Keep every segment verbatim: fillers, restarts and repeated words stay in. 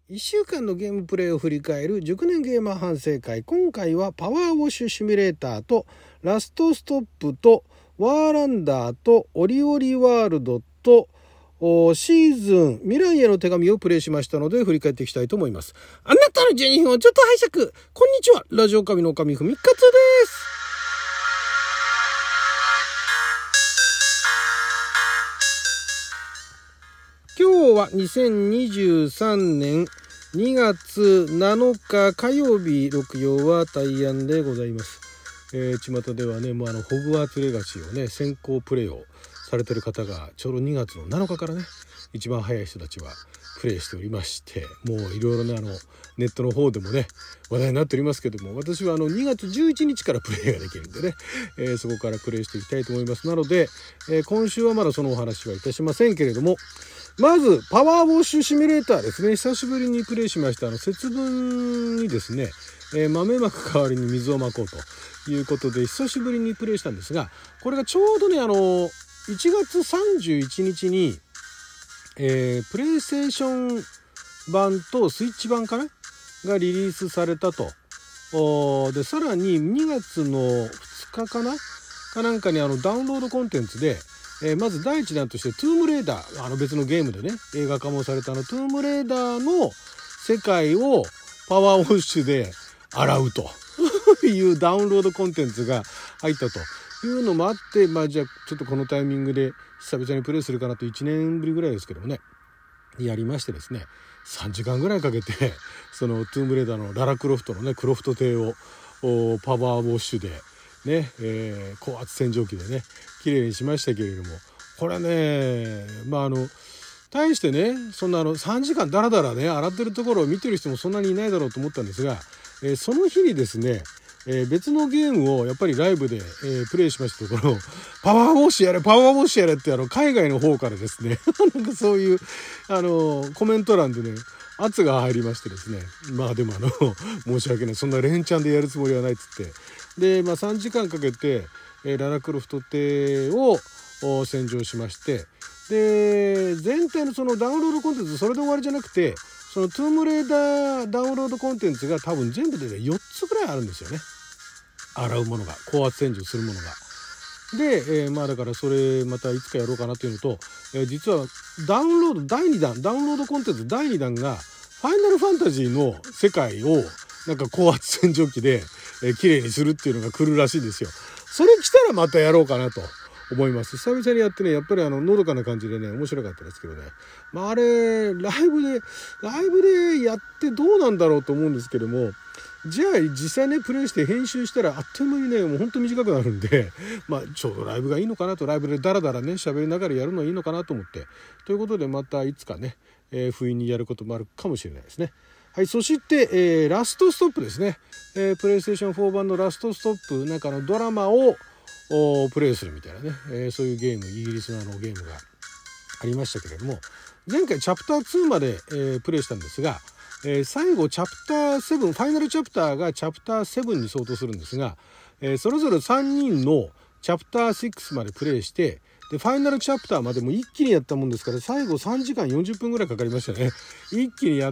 いっしゅうかんのゲームプレイを振り返る熟年ゲーマー反省会。今回はパワーウォッシュシミュレーターとラストストップとワーランダーとオリオリワールドとシーズン未来への手紙をプレイしましたので振り返っていきたいと思います。あなたのじゅうにふんをちょっと拝借。こんにちは、ラジオ神の神ふみかつです。今日はにせんにじゅうさんねんにがつなのか火曜日、六曜は大安でございます。えー、巷ではね、もうあのホグワーツレガシーをね先行プレイをされてる方がちょうどにがつのなのかからね一番早い人たちはプレイしておりまして、もういろいろなあのネットの方でもね話題になっておりますけども、私はあのにがつじゅういちにちからプレイができるんでね、えー、そこからプレイしていきたいと思います。なので、えー、今週はまだそのお話はいたしませんけれども、まずパワーウォッシュシミュレーターですね。久しぶりにプレイしました。あの節分にですね、えー、豆まく代わりに水をまこうということで久しぶりにプレイしたんですが、これがちょうどねあのいちがつさんじゅういちにちに、えー、プレイステーション版とスイッチ版かながリリースされたと。でさらににがつのふつかかなかなんかにあのダウンロードコンテンツで、えー、まず第一弾としてトゥームレーダー、あの別のゲームでね映画化もされたあのトゥームレーダーの世界をパワーウォッシュで洗うというダウンロードコンテンツが入ったというのもあって、まあじゃあちょっとこのタイミングで久々にプレイするかなといちねんぶりぐらいですけどもねやりましてですね、さんじかんぐらいかけてそのトゥームレーダーのララクロフトのねクロフト艇をパワーウォッシュでね、えー、高圧洗浄機でね綺麗にしましたけれども、これねまああの大してねそんなあのさんじかんダラダラね洗ってるところを見てる人もそんなにいないだろうと思ったんですが、えー、その日にですね、えー、別のゲームをやっぱりライブで、えー、プレイしましたところ、パワーウォッシュやれパワーウォッシュやれってあの海外の方からですねなんかそういうあのコメント欄でね圧が入りましてですね、まあでもあの申し訳ない、そんな連チャンでやるつもりはないっつってで、まあ、さんじかんかけて、えー、ララクロフト艇を洗浄しまして、で全体のそのダウンロードコンテンツそれで終わりじゃなくて、そのトゥームレーダーダウンロードコンテンツが多分全部で、ね、よっつぐらいあるんですよね、洗うものが、高圧洗浄するものが。で、えー、まあだからそれまたいつかやろうかなっていうのと、えー、実はダウンロードだいにだんダウンロードコンテンツだいにだんがファイナルファンタジーの世界をなんか高圧洗浄機で、えー、綺麗にするっていうのが来るらしいんですよ。それ来たらまたやろうかなと思います。久々にやってね、やっぱりあののどかな感じでね面白かったですけどね、まああれライブでライブでやってどうなんだろうと思うんですけども、じゃあ実際ねプレイして編集したらあっという間にねもうほんと短くなるんで、まあちょうどライブがいいのかなと、ライブでダラダラね喋りながらやるのはいいのかなと思って、ということでまたいつかね、えー、不意にやることもあるかもしれないですね。はい、そして、えー、ラストストップですね、えー、プレイステーションフォー版のラストストップ、なんかのドラマをプレイするみたいなね、えー、そういうゲーム、イギリスのあのゲームがありましたけれども、前回チャプターツーまで、えー、プレイしたんですが、えー、最後チャプターセブン、ファイナルチャプターがチャプターセブンに相当するんですが、えー、それぞれさんにんのチャプターシックスまでプレイして、でファイナルチャプターまでも一気にやったもんですから、最後さんじかんよんじゅっぷんぐらいかかりましたね。一気にやって、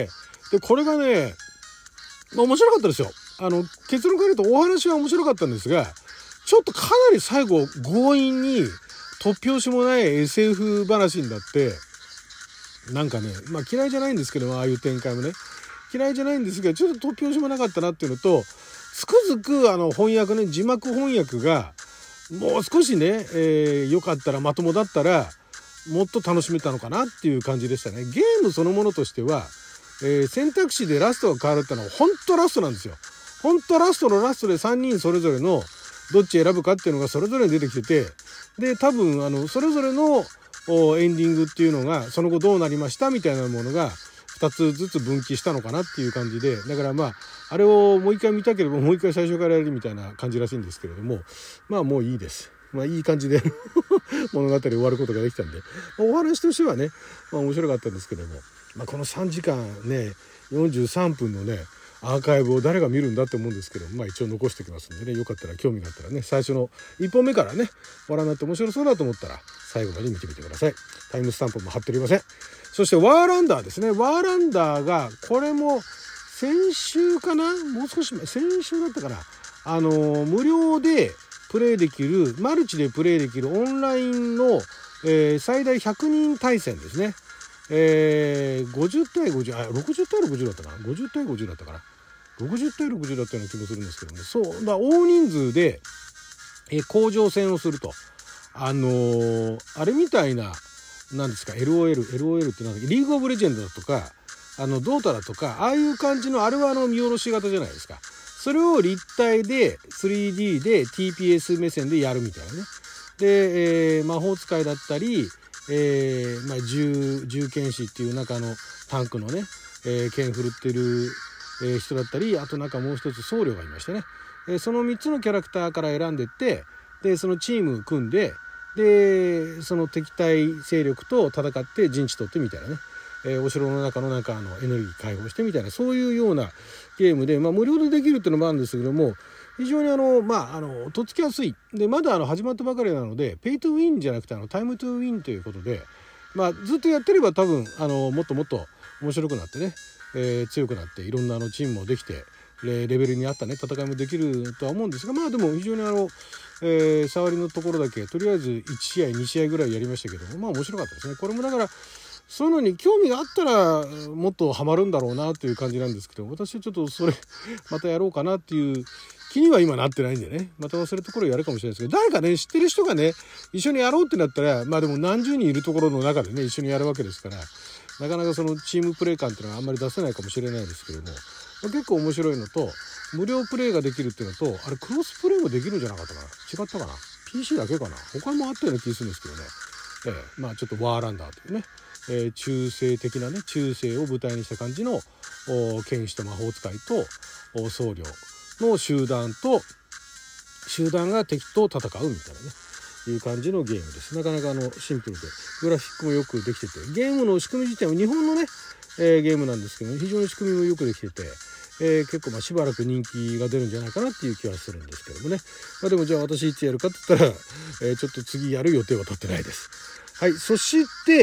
でこれがね、まあ、面白かったですよ。あの結論から言うとお話は面白かったんですが、ちょっとかなり最後強引に突拍子もない エスエフ 話になって、なんかね、まあ嫌いじゃないんですけど、ああいう展開もね嫌いじゃないんですが、ちょっと突拍子もなかったなっていうのと、つくづくあの翻訳ね、字幕翻訳がもう少しね、えー、よかったら、まともだったらもっと楽しめたのかなっていう感じでしたね。ゲームそのものとしては、えー、選択肢でラストが変わるってのは本当ラストなんですよ。本当ラストのラストでさんにんそれぞれのどっち選ぶかっていうのがそれぞれに出てきてて、で多分あのそれぞれのエンディングっていうのがその後どうなりましたみたいなものがふたつずつ分岐したのかなっていう感じで、だからまああれをもう一回見たければもう一回最初からやるみたいな感じらしいんですけれども、まあもういいです。まあいい感じで物語終わることができたんで、まあ、お話としてはね、まあ、面白かったんですけども、まあ、このさんじかんねよんじゅうさんぷんのねアーカイブを誰が見るんだって思うんですけど、まあ一応残しておきますんでね、よかったら興味があったらね、最初のいっぽんめからねご覧になって面白そうだと思ったら最後まで見てみてください。タイムスタンプも貼っておりません。 そしてワーランダーですね。ワーランダーがこれも先週かな、もう少し前、先週だったかな、あの無料でプレイできる、マルチでプレイできるオンラインの、えー、最大ひゃくにん対戦ですね。えー、ごじゅうたいごじゅう、あ、ろくじゅうたいろくじゅうだったかな、ごじゅうたいごじゅうだったかな、ろくじゅうたいろくじゅうだったような気もするんですけどね。そう、だ大人数で、えー、甲状戦をすると。あのー、あれみたいな、なんですか、エルオーエル、エルオーエル ってなんかリーグオブレジェンドだとか、あの、ドータだとか、ああいう感じの、あれはあの見下ろし型じゃないですか。それを立体で スリーディー で ティーピーエス 目線でやるみたいなね。で、えー、魔法使いだったり、えーまあ、銃銃剣士っていう中のタンクのね、えー、剣振るってる、えー、人だったり、あとなんかもう一つ僧侶がいましてね、えー、そのみっつのキャラクターから選んでって、でそのチーム組んで、でその敵対勢力と戦って陣地取ってみたいなね、えー、お城の中のなんかあのエネルギー解放してみたいな、そういうようなゲームで、まあ、無料でできるっていうのもあるんですけども、非常にあのまああのとっつきやすいで、まだあの始まったばかりなので、ペイトゥウィンじゃなくてあのタイムトゥウィンということで、まあ、ずっとやってれば多分あのもっともっと面白くなってね、えー、強くなっていろんなあのチームもできて、レベルに合ったね戦いもできるとは思うんですが、まあでも非常にあの、えー、触りのところだけとりあえずいち試合に試合ぐらいやりましたけども、まあ面白かったですね。これもだからそういうのに興味があったらもっとハマるんだろうなという感じなんですけど、私はちょっとそれまたやろうかなっていう気には今なってないんでね、また忘れた頃やるかもしれないですけど、誰かね知ってる人がね一緒にやろうってなったら、まあでも何十人いるところの中でね一緒にやるわけですから、なかなかそのチームプレー感っていうのはあんまり出せないかもしれないですけども、結構面白いのと、無料プレイができるっていうのと、あれクロスプレイもできるんじゃなかったかな、違ったかな、 ピーシー だけかな、他にもあったような気がするんですけどね、えー、まあちょっとワーランダーというね、えー、中世的なね、中世を舞台にした感じの剣士と魔法使いと僧侶の集団と集団が敵と戦うみたいなねいう感じのゲームです。なかなかあのシンプルでグラフィックもよくできてて、ゲームの仕組み自体も日本のね、えー、ゲームなんですけど、ね、非常に仕組みもよくできてて、えー、結構まあしばらく人気が出るんじゃないかなっていう気はするんですけどもね、まあ、でもじゃあ私いつやるかって言ったら、えー、ちょっと次やる予定は立ってないです。はい、そして、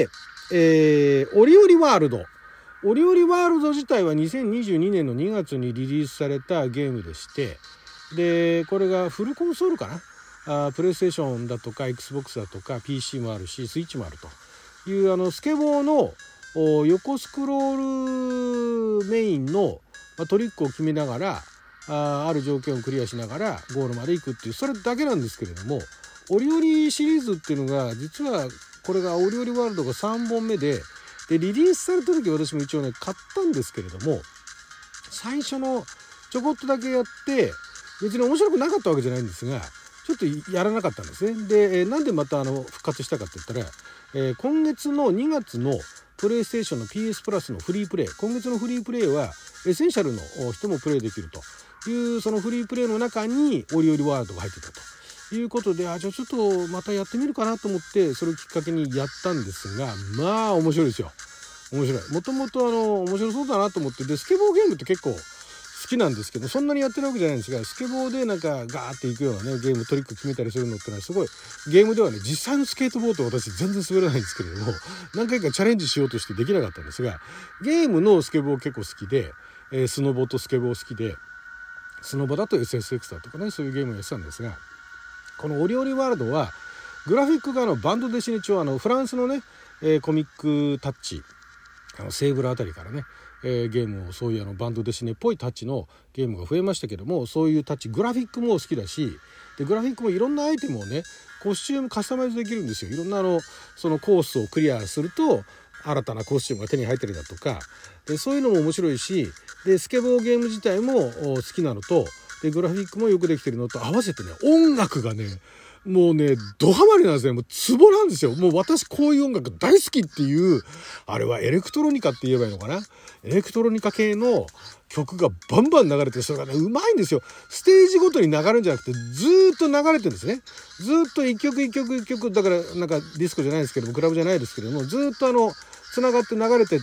えー、オリオリワールドオリオリワールド自体はにせんにじゅうにねんのにがつにリリースされたゲームでして、でこれがフルコンソールかな、あプレイステーションだとか Xbox だとか ピーシー もあるしスイッチもあるという、あのスケボーの横スクロールメインのトリックを決めながら、あ, ある条件をクリアしながらゴールまで行くっていう、それだけなんですけれども、オリオリシリーズっていうのが実はこれがオリオリワールドがさんぼんめで、でリリースされた時私も一応ね買ったんですけれども、最初のちょこっとだけやって別に面白くなかったわけじゃないんですが、ちょっとやらなかったんですね。で、えー、なんでまたあの復活したかって言ったら、えー、今月のにがつのプレイステーションの ピーエス プラスのフリープレイ、今月のフリープレイはエッセンシャルの人もプレイできるという、そのフリープレイの中にオリオリワールドが入ってたということで、あじゃあちょっとまたやってみるかなと思って、それをきっかけにやったんですが、まあ面白いですよ。面白い。もともとあの面白そうだなと思って、でスケボーゲームって結構好きなんですけど、そんなにやってるわけじゃないんですが、スケボーでなんかガーっていくようなねゲームトリック決めたりするのってのはすごい、ゲームではね実際のスケートボード私全然滑らないんですけれども、何回かチャレンジしようとしてできなかったんですが、ゲームのスケボー結構好きで、えー、スノボとスケボー好きで、スノボだと エスエスエックス だとかね、そういうゲームをやってたんですが、このオリオリワールドはグラフィックがあのバンドデシネ調、あのフランスのね、えー、コミックタッチ、あのセーブルあたりからね、えー、ゲームをそういうあのバンドデシネっぽいタッチのゲームが増えましたけども、そういうタッチグラフィックも好きだし、でグラフィックもいろんなアイテムをねコスチュームカスタマイズできるんですよ。いろんなあのそのコースをクリアすると新たなコスチュームが手に入ったりだとか、でそういうのも面白いし、でスケボーゲーム自体も好きなのと、でグラフィックもよくできてるのと合わせてね、音楽がねもうねドハマりなんですね。もうツボなんですよ。もう私こういう音楽大好きっていう、あれはエレクトロニカって言えばいいのかな、エレクトロニカ系の曲がバンバン流れて、それがねうまいんですよ。ステージごとに流れるんじゃなくてずーっと流れてるんですね。ずーっと一曲一曲一曲だから、なんかディスコじゃないですけどもクラブじゃないですけども、ずーっとあのつながって流れてって、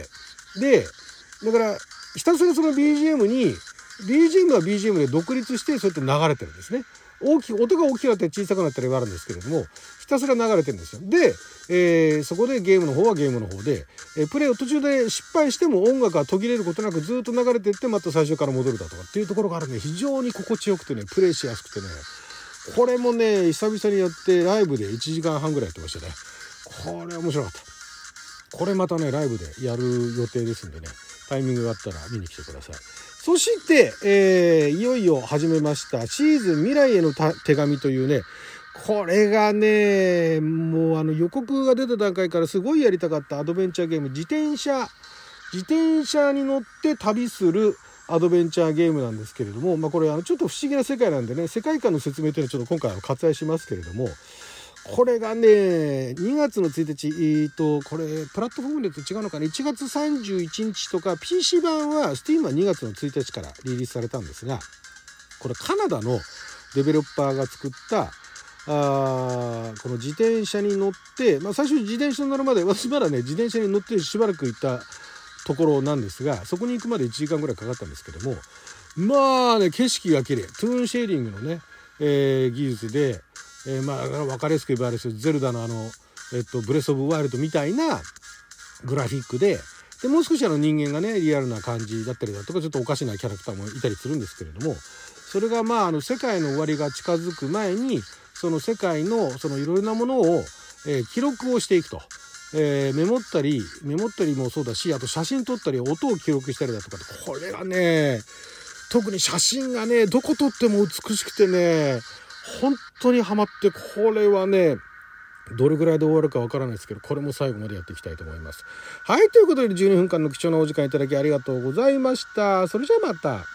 でだからひたすらその ビージーエム に ビージーエム は ビージーエム で独立してそうやって流れてるんですね。 大きく音が大きくなったり小さくなったりはあるんですけれども、ひたすら流れてるんですよ。で、えー、そこでゲームの方はゲームの方で、えー、プレイを途中で失敗しても音楽が途切れることなくずっと流れていってまた最初から戻るだとかっていうところがあるんで、非常に心地よくてね、プレイしやすくてね、これもね久々にやってライブでいちじかんはんぐらいやってましたね。これ面白かった。これまたねライブでやる予定ですんでね、タイミングがあったら見に来てください。そして、えー、いよいよ始めましたシーズン未来への手紙というね、これがねもうあの予告が出た段階からすごいやりたかったアドベンチャーゲーム、自転車自転車に乗って旅するアドベンチャーゲームなんですけれども、まあ、これあのちょっと不思議な世界なんでね、世界観の説明というのはちょっと今回は割愛しますけれども、これがねにがつのついたち、えー、とこれプラットフォームによって違うのかな、いちがつさんじゅういちにちとか ピーシー 版は Steam はにがつのついたちからリリースされたんですが、これカナダのデベロッパーが作ったあこの自転車に乗って、まあ、最初自転車に乗るまで私まだね自転車に乗ってしばらく行ったところなんですが、そこに行くまでいちじかんぐらいかかったんですけども、まあね景色が綺麗、トゥーンシェーディングのね、えー、技術で、えー、まあ分かりやすく言えばあれですよ、ゼルダのあの、えっと、ブレスオブワイルドみたいなグラフィックで、でもう少しあの人間がねリアルな感じだったりだとか、ちょっとおかしなキャラクターもいたりするんですけれども、それがまああの世界の終わりが近づく前にその世界のそのいろいろなものを、えー、記録をしていくと、えー、メモったりメモったりもそうだし、あと写真撮ったり音を記録したりだとか、これがね特に写真がねどこ撮っても美しくてね本当にハマって、これはねどれぐらいで終わるかわからないですけど、これも最後までやっていきたいと思います。はい、ということでじゅうにふんかんの貴重なお時間いただきありがとうございました。それじゃあまた。